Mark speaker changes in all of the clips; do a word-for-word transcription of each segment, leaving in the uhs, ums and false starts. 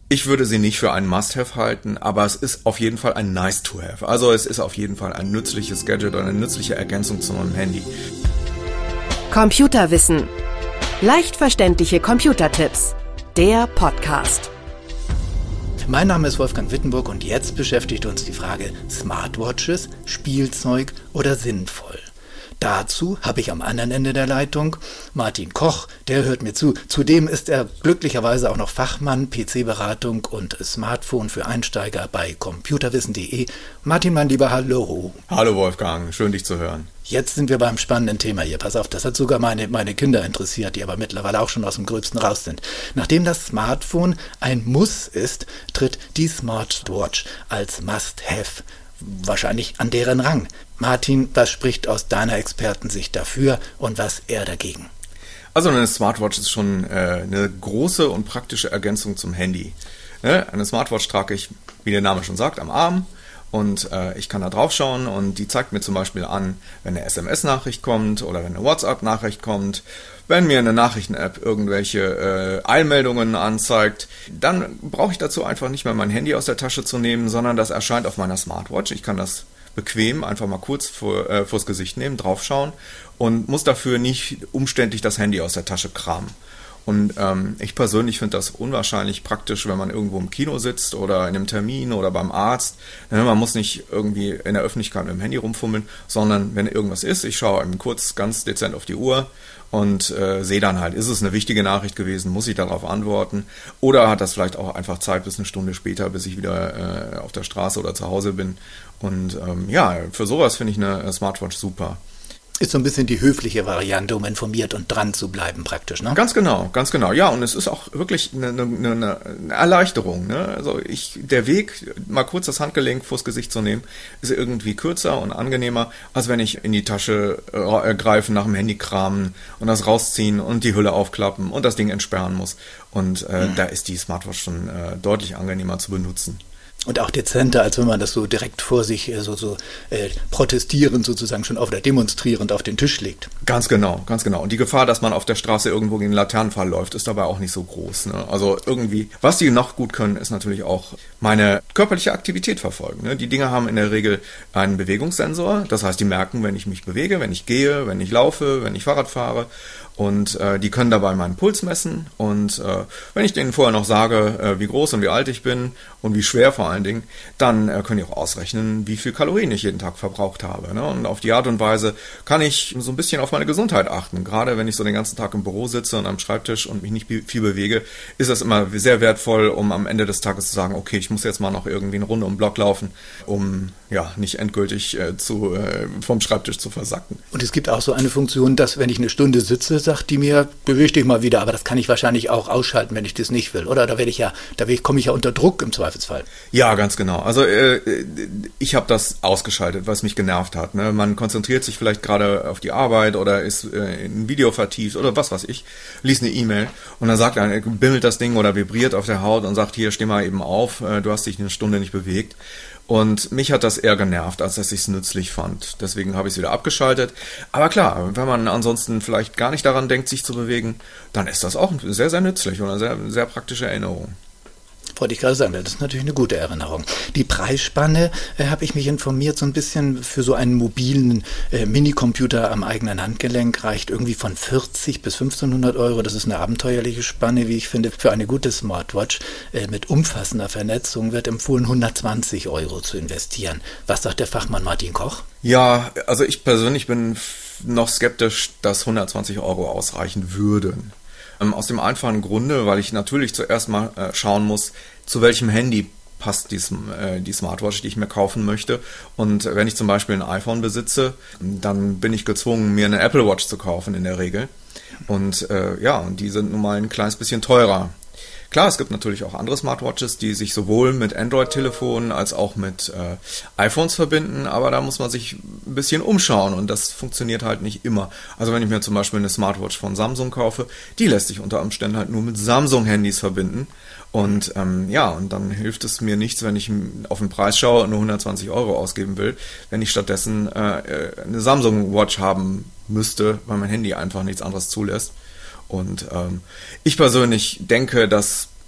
Speaker 1: Ich würde sie nicht für einen Must-Have halten, aber es ist auf jeden Fall ein Nice-to-Have. Also es ist auf jeden Fall ein nützliches Gadget oder eine nützliche Ergänzung zu meinem Handy.
Speaker 2: Computerwissen. Leicht verständliche Computertipps. Der Podcast.
Speaker 3: Mein Name ist Wolfgang Wittenburg und jetzt beschäftigt uns die Frage: Smartwatches, Spielzeug oder sinnvoll? Dazu habe ich am anderen Ende der Leitung Martin Koch, der hört mir zu. Zudem ist er glücklicherweise auch noch Fachmann, P C-Beratung und Smartphone für Einsteiger bei computerwissen punkt de. Martin, mein Lieber, hallo.
Speaker 1: Hallo Wolfgang, schön dich zu hören.
Speaker 3: Jetzt sind wir beim spannenden Thema hier. Pass auf, das hat sogar meine, meine Kinder interessiert, die aber mittlerweile auch schon aus dem Gröbsten raus sind. Nachdem das Smartphone ein Muss ist, tritt die Smartwatch als Must-Have wahrscheinlich an deren Rang. Martin, was spricht aus deiner Expertensicht dafür und was eher dagegen?
Speaker 1: Also eine Smartwatch ist schon äh, eine große und praktische Ergänzung zum Handy. Ne? Eine Smartwatch trage ich, wie der Name schon sagt, am Arm und äh, ich kann da drauf schauen und die zeigt mir zum Beispiel an, wenn eine S M S-Nachricht kommt oder wenn eine WhatsApp-Nachricht kommt. Wenn mir eine Nachrichten-App irgendwelche äh, Eilmeldungen anzeigt, dann brauche ich dazu einfach nicht mehr mein Handy aus der Tasche zu nehmen, sondern das erscheint auf meiner Smartwatch. Ich kann das bequem einfach mal kurz vor, äh, vors Gesicht nehmen, draufschauen und muss dafür nicht umständlich das Handy aus der Tasche kramen. Und ähm, ich persönlich finde das unwahrscheinlich praktisch, wenn man irgendwo im Kino sitzt oder in einem Termin oder beim Arzt. Man muss nicht irgendwie in der Öffentlichkeit mit dem Handy rumfummeln, sondern wenn irgendwas ist, ich schaue eben kurz ganz dezent auf die Uhr und äh, sehe dann halt, ist es eine wichtige Nachricht gewesen, muss ich darauf antworten oder hat das vielleicht auch einfach Zeit bis eine Stunde später, bis ich wieder äh, auf der Straße oder zu Hause bin. Und ähm, ja, für sowas finde ich eine Smartwatch super.
Speaker 3: Ist so ein bisschen die höfliche Variante, um informiert und dran zu bleiben praktisch, ne?
Speaker 1: Ganz genau, ganz genau. Ja, und es ist auch wirklich eine, eine, eine Erleichterung, ne? Also ich, der Weg, mal kurz das Handgelenk vors Gesicht zu nehmen, ist irgendwie kürzer und angenehmer, als wenn ich in die Tasche äh, greifen, nach dem Handy kramen und das rausziehen und die Hülle aufklappen und das Ding entsperren muss. Und äh, mhm. da ist die Smartwatch schon äh, deutlich angenehmer zu benutzen.
Speaker 3: Und auch dezenter, als wenn man das so direkt vor sich so, so äh, protestierend sozusagen schon auf oder demonstrierend auf den Tisch legt.
Speaker 1: Ganz genau, ganz genau. Und die Gefahr, dass man auf der Straße irgendwo gegen einen Laternenpfahl läuft, ist dabei auch nicht so groß. Ne? Also irgendwie, was die noch gut können, ist natürlich auch meine körperliche Aktivität verfolgen. Ne? Die Dinger haben in der Regel einen Bewegungssensor. Das heißt, die merken, wenn ich mich bewege, wenn ich gehe, wenn ich laufe, wenn ich Fahrrad fahre. Und äh, die können dabei meinen Puls messen und äh, wenn ich denen vorher noch sage, äh, wie groß und wie alt ich bin und wie schwer vor allen Dingen, dann äh, können die auch ausrechnen, wie viel Kalorien ich jeden Tag verbraucht habe. Ne? Und auf die Art und Weise kann ich so ein bisschen auf meine Gesundheit achten. Gerade wenn ich so den ganzen Tag im Büro sitze und am Schreibtisch und mich nicht viel bewege, ist das immer sehr wertvoll, um am Ende des Tages zu sagen, okay, ich muss jetzt mal noch irgendwie eine Runde um den Block laufen, um ja nicht endgültig äh, zu, äh, vom Schreibtisch zu versacken.
Speaker 3: Und es gibt auch so eine Funktion, dass wenn ich eine Stunde sitze, sagt die mir, beweg dich mal wieder, aber das kann ich wahrscheinlich auch ausschalten, wenn ich das nicht will, oder? Da werde ich ja, da komme ich ja unter Druck im Zweifelsfall.
Speaker 1: Ja, ganz genau. Also äh, ich habe das ausgeschaltet, was mich genervt hat. Ne? Man konzentriert sich vielleicht gerade auf die Arbeit oder ist äh, in ein Video vertieft oder was weiß ich, liest eine E-Mail und dann sagt er, bimmelt das Ding oder vibriert auf der Haut und sagt, hier, steh mal eben auf, äh, du hast dich eine Stunde nicht bewegt. Und mich hat das eher genervt, als dass ich es nützlich fand. Deswegen habe ich es wieder abgeschaltet. Aber klar, wenn man ansonsten vielleicht gar nicht daran denkt, sich zu bewegen, dann ist das auch sehr, sehr nützlich und eine sehr, sehr praktische Erinnerung.
Speaker 3: Wollte ich gerade sagen, das ist natürlich eine gute Erinnerung. Die Preisspanne, äh, habe ich mich informiert, so ein bisschen für so einen mobilen äh, Minicomputer am eigenen Handgelenk reicht irgendwie von vierzig bis fünfzehnhundert Euro. Das ist eine abenteuerliche Spanne, wie ich finde. Für eine gute Smartwatch äh, mit umfassender Vernetzung wird empfohlen, hundertzwanzig Euro zu investieren. Was sagt der Fachmann Martin Koch?
Speaker 1: Ja, also ich persönlich bin noch skeptisch, dass hundertzwanzig Euro ausreichen würden. Aus dem einfachen Grunde, weil ich natürlich zuerst mal äh, schauen muss, zu welchem Handy passt die, äh, die Smartwatch, die ich mir kaufen möchte. Und wenn ich zum Beispiel ein iPhone besitze, dann bin ich gezwungen, mir eine Apple Watch zu kaufen in der Regel. Und äh, ja, und die sind nun mal ein kleines bisschen teurer. Klar, es gibt natürlich auch andere Smartwatches, die sich sowohl mit Android-Telefonen als auch mit äh, iPhones verbinden, aber da muss man sich ein bisschen umschauen und das funktioniert halt nicht immer. Also wenn ich mir zum Beispiel eine Smartwatch von Samsung kaufe, die lässt sich unter Umständen halt nur mit Samsung-Handys verbinden und ähm, ja, und dann hilft es mir nichts, wenn ich auf den Preis schaue und nur hundertzwanzig Euro ausgeben will, wenn ich stattdessen äh, eine Samsung-Watch haben müsste, weil mein Handy einfach nichts anderes zulässt. Und ähm, ich persönlich denke, dass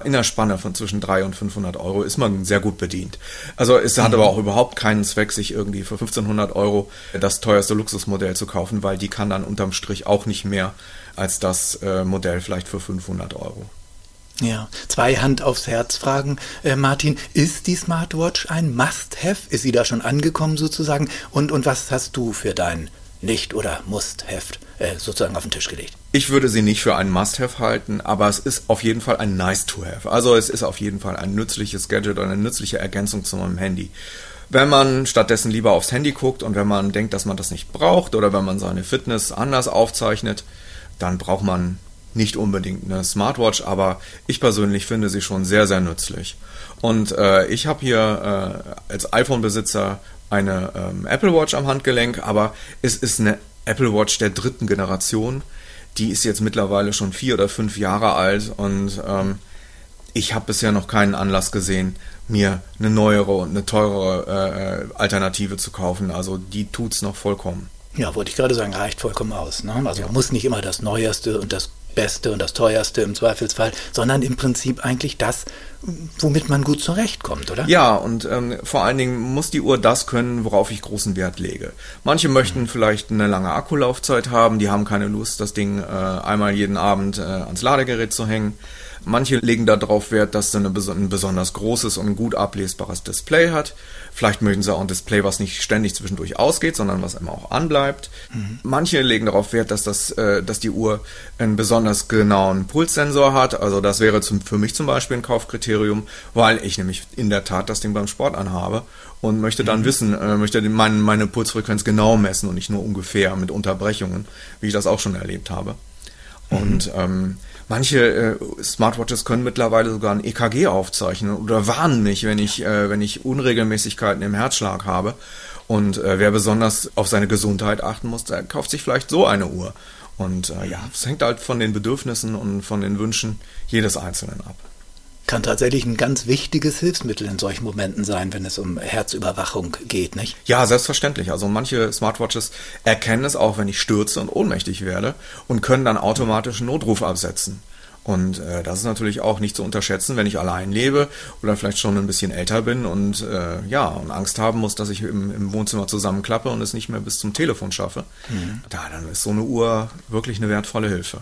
Speaker 1: in der Spanne von zwischen dreihundert und fünfhundert Euro ist man sehr gut bedient. Also es hat mhm. aber auch überhaupt keinen Zweck, sich irgendwie für fünfzehnhundert Euro das teuerste Luxusmodell zu kaufen, weil die kann dann unterm Strich auch nicht mehr als das äh, Modell vielleicht für fünfhundert Euro.
Speaker 3: Ja, zwei Hand aufs Herz Fragen, äh, Martin. Ist die Smartwatch ein Must-Have? Ist sie da schon angekommen sozusagen? Und, und was hast du für dein Nicht- oder Must-Have äh, sozusagen auf den Tisch gelegt?
Speaker 1: Ich würde sie nicht für ein Must-Have halten, aber es ist auf jeden Fall ein Nice-to-Have. Also es ist auf jeden Fall ein nützliches Gadget oder eine nützliche Ergänzung zu meinem Handy. Wenn man stattdessen lieber aufs Handy guckt und wenn man denkt, dass man das nicht braucht oder wenn man seine Fitness anders aufzeichnet, dann braucht man nicht unbedingt eine Smartwatch, aber ich persönlich finde sie schon sehr, sehr nützlich. Und äh, ich habe hier äh, als iPhone-Besitzer eine ähm, Apple Watch am Handgelenk, aber es ist eine Apple Watch der dritten Generation. Die ist jetzt mittlerweile schon vier oder fünf Jahre alt und ähm, ich habe bisher noch keinen Anlass gesehen, mir eine neuere und eine teurere äh, Alternative zu kaufen. Also die tut's noch vollkommen.
Speaker 3: Ja, wollte ich gerade sagen, reicht vollkommen aus. Ne? Also
Speaker 1: ja.
Speaker 3: muss nicht immer das Neueste und das Beste und das Teuerste im Zweifelsfall, sondern im Prinzip eigentlich das, womit man gut zurechtkommt, oder?
Speaker 1: Ja, und ähm, vor allen Dingen muss die Uhr das können, worauf ich großen Wert lege. Manche möchten mhm. vielleicht eine lange Akkulaufzeit haben, die haben keine Lust, das Ding äh, einmal jeden Abend äh, ans Ladegerät zu hängen. Manche legen darauf Wert, dass es ein besonders großes und gut ablesbares Display hat. Vielleicht möchten sie auch ein Display, was nicht ständig zwischendurch ausgeht, sondern was immer auch anbleibt. Mhm. Manche legen darauf Wert, dass, das, äh, dass die Uhr einen besonders genauen Pulssensor hat. Also das wäre zum, für mich zum Beispiel ein Kaufkriterium, weil ich nämlich in der Tat das Ding beim Sport anhabe und möchte dann mhm. wissen, äh, möchte meine, meine Pulsfrequenz genau messen und nicht nur ungefähr mit Unterbrechungen, wie ich das auch schon erlebt habe. Mhm. Und ähm, manche äh, Smartwatches können mittlerweile sogar ein E K G aufzeichnen oder warnen mich, wenn ich, äh, wenn ich Unregelmäßigkeiten im Herzschlag habe. Und äh, wer besonders auf seine Gesundheit achten muss, der kauft sich vielleicht so eine Uhr. Und äh, ja, es hängt halt von den Bedürfnissen und von den Wünschen jedes Einzelnen ab.
Speaker 3: Kann tatsächlich ein ganz wichtiges Hilfsmittel in solchen Momenten sein, wenn es um Herzüberwachung geht, nicht?
Speaker 1: Ja, selbstverständlich. Also manche Smartwatches erkennen es auch, wenn ich stürze und ohnmächtig werde und können dann automatisch einen Notruf absetzen. Und äh, das ist natürlich auch nicht zu unterschätzen, wenn ich allein lebe oder vielleicht schon ein bisschen älter bin und äh, ja und Angst haben muss, dass ich im, im Wohnzimmer zusammenklappe und es nicht mehr bis zum Telefon schaffe. Mhm. Da, dann ist so eine Uhr wirklich eine wertvolle Hilfe.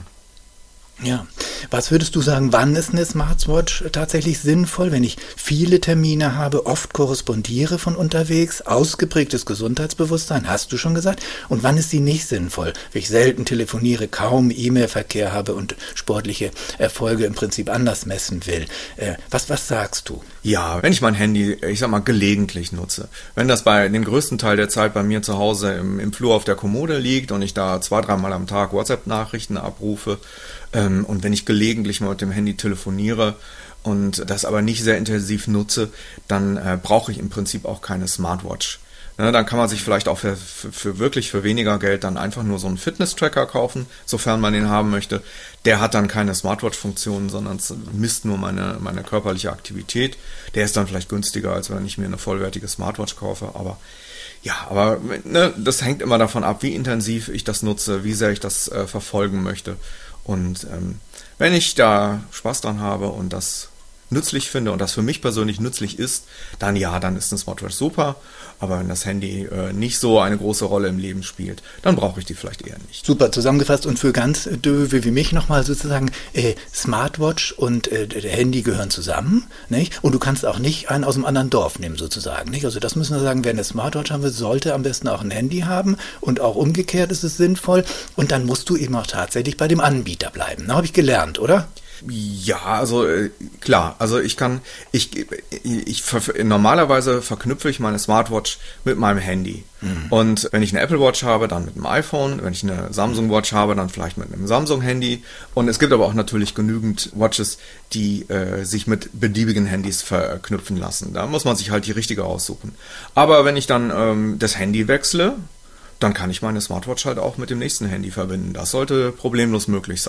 Speaker 3: Ja, was würdest du sagen, wann ist eine Smartwatch tatsächlich sinnvoll, wenn ich viele Termine habe, oft korrespondiere von unterwegs, ausgeprägtes Gesundheitsbewusstsein, hast du schon gesagt, und wann ist sie nicht sinnvoll, wenn ich selten telefoniere, kaum E-Mail-Verkehr habe und sportliche Erfolge im Prinzip anders messen will. Äh, was, was sagst du?
Speaker 1: Ja, wenn ich mein Handy, ich sag mal, gelegentlich nutze, wenn das bei den größten Teil der Zeit bei mir zu Hause im, im Flur auf der Kommode liegt und ich da zwei, dreimal am Tag WhatsApp-Nachrichten abrufe, Ähm, und wenn ich gelegentlich mal mit dem Handy telefoniere und das aber nicht sehr intensiv nutze, dann äh, brauche ich im Prinzip auch keine Smartwatch. Ne, dann kann man sich vielleicht auch für, für, für wirklich für weniger Geld dann einfach nur so einen Fitness-Tracker kaufen, sofern man den haben möchte. Der hat dann keine Smartwatch-Funktion, sondern misst nur meine, meine körperliche Aktivität. Der ist dann vielleicht günstiger, als wenn ich mir eine vollwertige Smartwatch kaufe, aber ja, aber ne, das hängt immer davon ab, wie intensiv ich das nutze, wie sehr ich das äh, verfolgen möchte. Und ähm, wenn ich da Spaß dran habe und das nützlich finde und das für mich persönlich nützlich ist, dann ja, dann ist eine Smartwatch super. Aber wenn das Handy äh, nicht so eine große Rolle im Leben spielt, dann brauche ich die vielleicht eher nicht.
Speaker 3: Super zusammengefasst und für ganz Döwe wie mich nochmal sozusagen, äh, Smartwatch und äh, der Handy gehören zusammen, nicht? Und du kannst auch nicht einen aus dem anderen Dorf nehmen sozusagen, nicht? Also das müssen wir sagen, wer eine Smartwatch haben will, sollte am besten auch ein Handy haben und auch umgekehrt ist es sinnvoll und dann musst du eben auch tatsächlich bei dem Anbieter bleiben. Da habe ich gelernt, oder?
Speaker 1: Ja, also äh, klar, also ich kann, ich, ich, ich normalerweise verknüpfe ich meine Smartwatch mit meinem Handy. Mhm. Und wenn ich eine Apple Watch habe, dann mit einem iPhone. Wenn ich eine Samsung Watch habe, dann vielleicht mit einem Samsung Handy. Und es gibt aber auch natürlich genügend Watches, die äh, sich mit beliebigen Handys verknüpfen lassen. Da muss man sich halt die richtige aussuchen. Aber wenn ich dann ähm, das Handy wechsle, dann kann ich meine Smartwatch halt auch mit dem nächsten Handy verbinden. Das sollte problemlos möglich sein.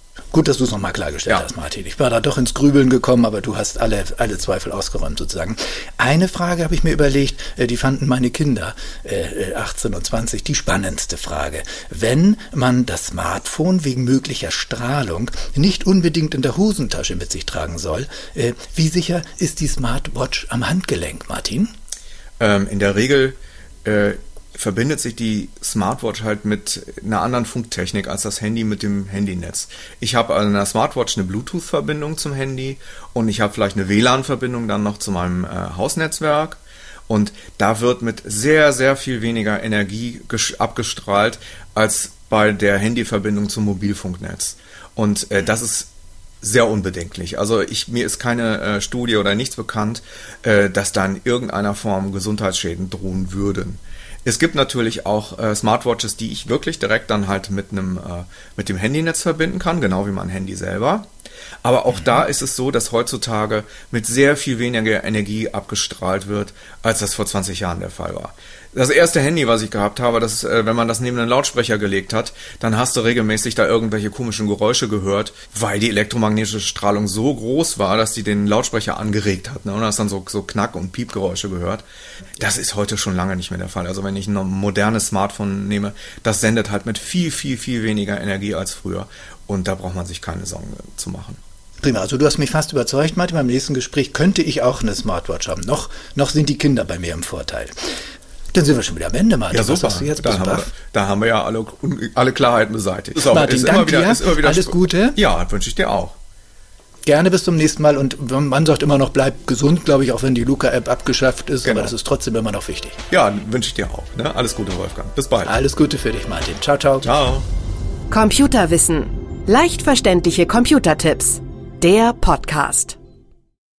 Speaker 3: Gut, dass du es nochmal klargestellt ja. hast, Martin. Ich war da doch ins Grübeln gekommen, aber du hast alle, alle Zweifel ausgeräumt sozusagen. Eine Frage habe ich mir überlegt, die fanden meine Kinder, äh, achtzehn und zwanzig, die spannendste Frage. Wenn man das Smartphone wegen möglicher Strahlung nicht unbedingt in der Hosentasche mit sich tragen soll, äh, wie sicher ist die Smartwatch am Handgelenk, Martin?
Speaker 1: Ähm, in der Regel äh, verbindet sich die Smartwatch halt mit einer anderen Funktechnik als das Handy mit dem Handynetz. Ich habe an der Smartwatch eine Bluetooth-Verbindung zum Handy und ich habe vielleicht eine W L A N-Verbindung dann noch zu meinem äh, Hausnetzwerk. Und da wird mit sehr, sehr viel weniger Energie ges- abgestrahlt als bei der Handyverbindung zum Mobilfunknetz. Und äh, das ist sehr unbedenklich. Also ich, mir ist keine äh, Studie oder nichts bekannt, äh, dass da in irgendeiner Form Gesundheitsschäden drohen würden. Es gibt natürlich auch äh, Smartwatches, die ich wirklich direkt dann halt mit einem äh, mit dem Handynetz verbinden kann, genau wie mein Handy selber. Aber auch mhm. da ist es so, dass heutzutage mit sehr viel weniger Energie abgestrahlt wird, als das vor zwanzig Jahren der Fall war. Das erste Handy, was ich gehabt habe, das, äh, wenn man das neben einen Lautsprecher gelegt hat, dann hast du regelmäßig da irgendwelche komischen Geräusche gehört, weil die elektromagnetische Strahlung so groß war, dass die den Lautsprecher angeregt hat. Ne? Und du hast dann so, so Knack- und Piepgeräusche gehört. Das ist heute schon lange nicht mehr der Fall. Also wenn ich ein modernes Smartphone nehme, das sendet halt mit viel, viel, viel weniger Energie als früher. Und da braucht man sich keine Sorgen zu machen.
Speaker 3: Prima, also du hast mich fast überzeugt, Martin. Beim nächsten Gespräch könnte ich auch eine Smartwatch haben. Noch, noch sind die Kinder bei mir im Vorteil. Dann sind wir schon wieder am Ende, Martin.
Speaker 1: Ja, super.
Speaker 3: Was hast du jetzt?
Speaker 1: Da, haben wir, da haben wir ja alle, alle Klarheiten beseitigt. So,
Speaker 3: Martin,
Speaker 1: ist
Speaker 3: danke
Speaker 1: immer wieder,
Speaker 3: dir.
Speaker 1: ist immer wieder
Speaker 3: Alles
Speaker 1: Sp-
Speaker 3: Gute.
Speaker 1: Ja, wünsche ich dir auch.
Speaker 3: Gerne, bis zum nächsten Mal. Und man sagt immer noch, bleib gesund, glaube ich, auch wenn die Luca-App abgeschafft ist. Genau. Aber das ist trotzdem immer noch wichtig.
Speaker 1: Ja, wünsche ich dir auch. Ne? Alles Gute, Wolfgang. Bis bald.
Speaker 3: Alles Gute für dich, Martin. Ciao, ciao.
Speaker 1: Ciao.
Speaker 2: Computerwissen. Leicht verständliche Computertipps. Der Podcast.